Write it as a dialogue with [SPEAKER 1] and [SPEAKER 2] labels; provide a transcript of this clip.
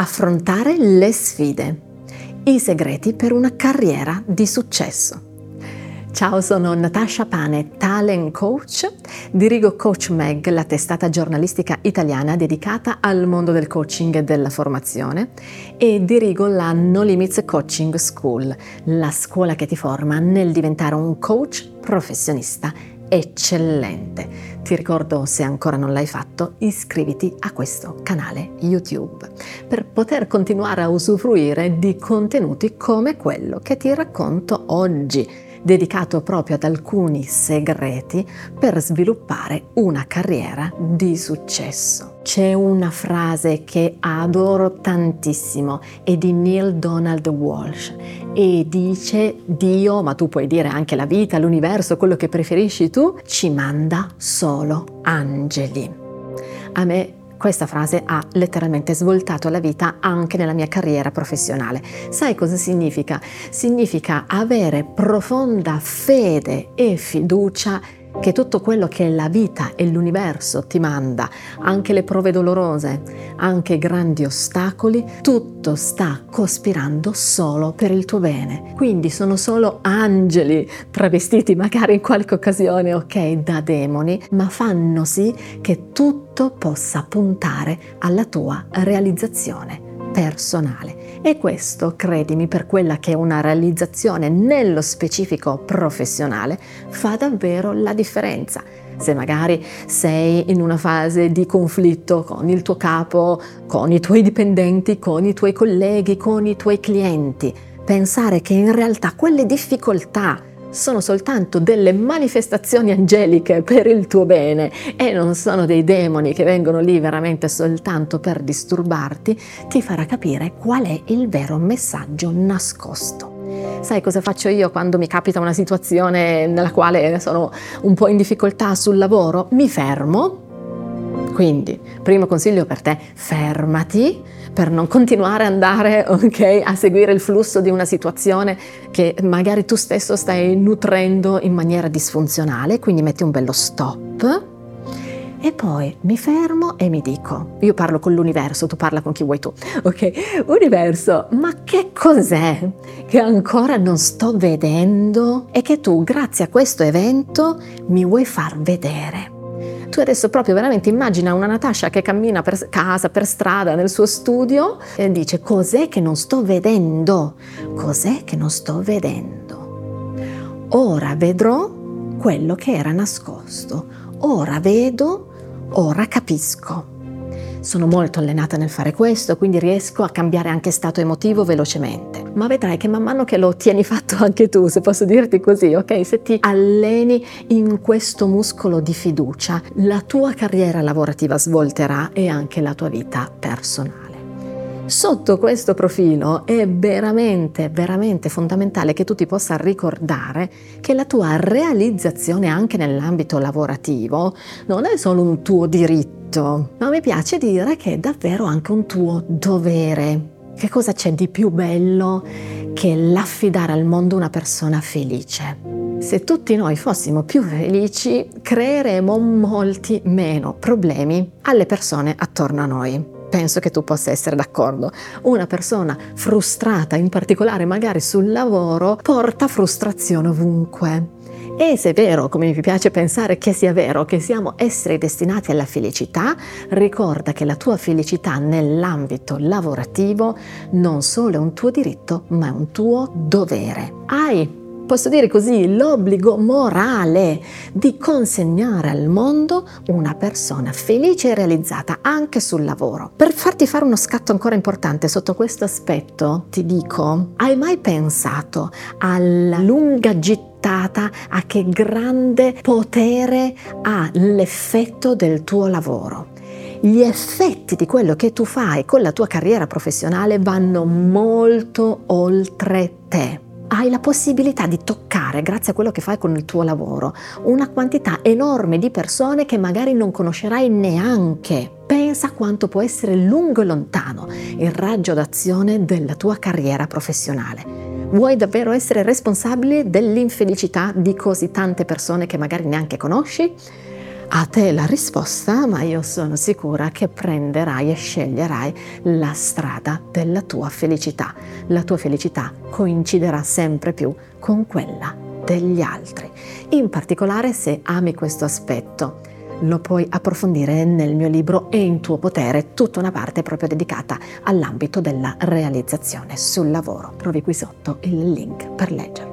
[SPEAKER 1] Affrontare le sfide. I segreti per una carriera di successo. Ciao, sono Natasha Pane, talent coach, dirigo Coach Meg, la testata giornalistica italiana dedicata al mondo del coaching e della formazione, e dirigo la No Limits Coaching School, la scuola che ti forma nel diventare un coach professionista eccellente. Ti ricordo, se ancora non l'hai fatto, iscriviti a questo canale YouTube per poter continuare a usufruire di contenuti come quello che ti racconto oggi, dedicato proprio ad alcuni segreti per sviluppare una carriera di successo. C'è una frase che adoro tantissimo, è di Neale Donald Walsch e dice: Dio, ma tu puoi dire anche la vita, l'universo, quello che preferisci tu, ci manda solo angeli. A me questa frase ha letteralmente svoltato la vita anche nella mia carriera professionale. Sai cosa significa? Significa avere profonda fede e fiducia che tutto quello che la vita e l'universo ti manda, anche le prove dolorose, anche grandi ostacoli, tutto sta cospirando solo per il tuo bene. Quindi sono solo angeli, travestiti magari in qualche occasione, da demoni, ma fanno sì che tutto possa puntare alla tua realizzazione personale. E questo, credimi, per quella che è una realizzazione nello specifico professionale, fa davvero la differenza. Se magari sei in una fase di conflitto con il tuo capo, con i tuoi dipendenti, con i tuoi colleghi, con i tuoi clienti, pensare che in realtà quelle difficoltà sono soltanto delle manifestazioni angeliche per il tuo bene e non sono dei demoni che vengono lì veramente soltanto per disturbarti, ti farà capire qual è il vero messaggio nascosto. Sai cosa faccio io quando mi capita una situazione nella quale sono un po' in difficoltà sul lavoro? Mi fermo. Quindi, primo consiglio per te: fermati per non continuare ad andare a seguire il flusso di una situazione che magari tu stesso stai nutrendo in maniera disfunzionale. Quindi metti un bello stop e poi mi fermo e mi dico, io parlo con l'universo, tu parla con chi vuoi tu, Universo, ma che cos'è che ancora non sto vedendo e che tu, grazie a questo evento, mi vuoi far vedere? Tu adesso proprio veramente immagina una Natasha che cammina per casa, per strada, nel suo studio e dice: cos'è che non sto vedendo? Cos'è che non sto vedendo? Ora vedrò quello che era nascosto. Ora vedo, ora capisco. Sono molto allenata nel fare questo, quindi riesco a cambiare anche stato emotivo velocemente. Ma vedrai che man mano che lo tieni fatto anche tu, se posso dirti così, se ti alleni in questo muscolo di fiducia, la tua carriera lavorativa svolterà e anche la tua vita personale. Sotto questo profilo è veramente, veramente fondamentale che tu ti possa ricordare che la tua realizzazione anche nell'ambito lavorativo non è solo un tuo diritto, ma mi piace dire che è davvero anche un tuo dovere. Che cosa c'è di più bello che l'affidare al mondo una persona felice? Se tutti noi fossimo più felici, creeremo molti meno problemi alle persone attorno a noi. Penso che tu possa essere d'accordo. Una persona frustrata, in particolare magari sul lavoro, porta frustrazione ovunque. E se è vero, come mi piace pensare che sia vero, che siamo esseri destinati alla felicità, ricorda che la tua felicità nell'ambito lavorativo non solo è un tuo diritto, ma è un tuo dovere. Posso dire così, l'obbligo morale di consegnare al mondo una persona felice e realizzata anche sul lavoro. Per farti fare uno scatto ancora importante sotto questo aspetto, ti dico: hai mai pensato alla lunga gittata, a che grande potere ha l'effetto del tuo lavoro? Gli effetti di quello che tu fai con la tua carriera professionale vanno molto oltre te. Hai la possibilità di toccare, grazie a quello che fai con il tuo lavoro, una quantità enorme di persone che magari non conoscerai neanche. Pensa quanto può essere lungo e lontano il raggio d'azione della tua carriera professionale. Vuoi davvero essere responsabile dell'infelicità di così tante persone che magari neanche conosci? a te la risposta, ma io sono sicura che prenderai e sceglierai la strada della tua felicità. La tua felicità coinciderà sempre più con quella degli altri. In particolare, se ami questo aspetto, lo puoi approfondire nel mio libro È in tuo potere, tutta una parte proprio dedicata all'ambito della realizzazione sul lavoro. Trovi qui sotto il link per leggerlo.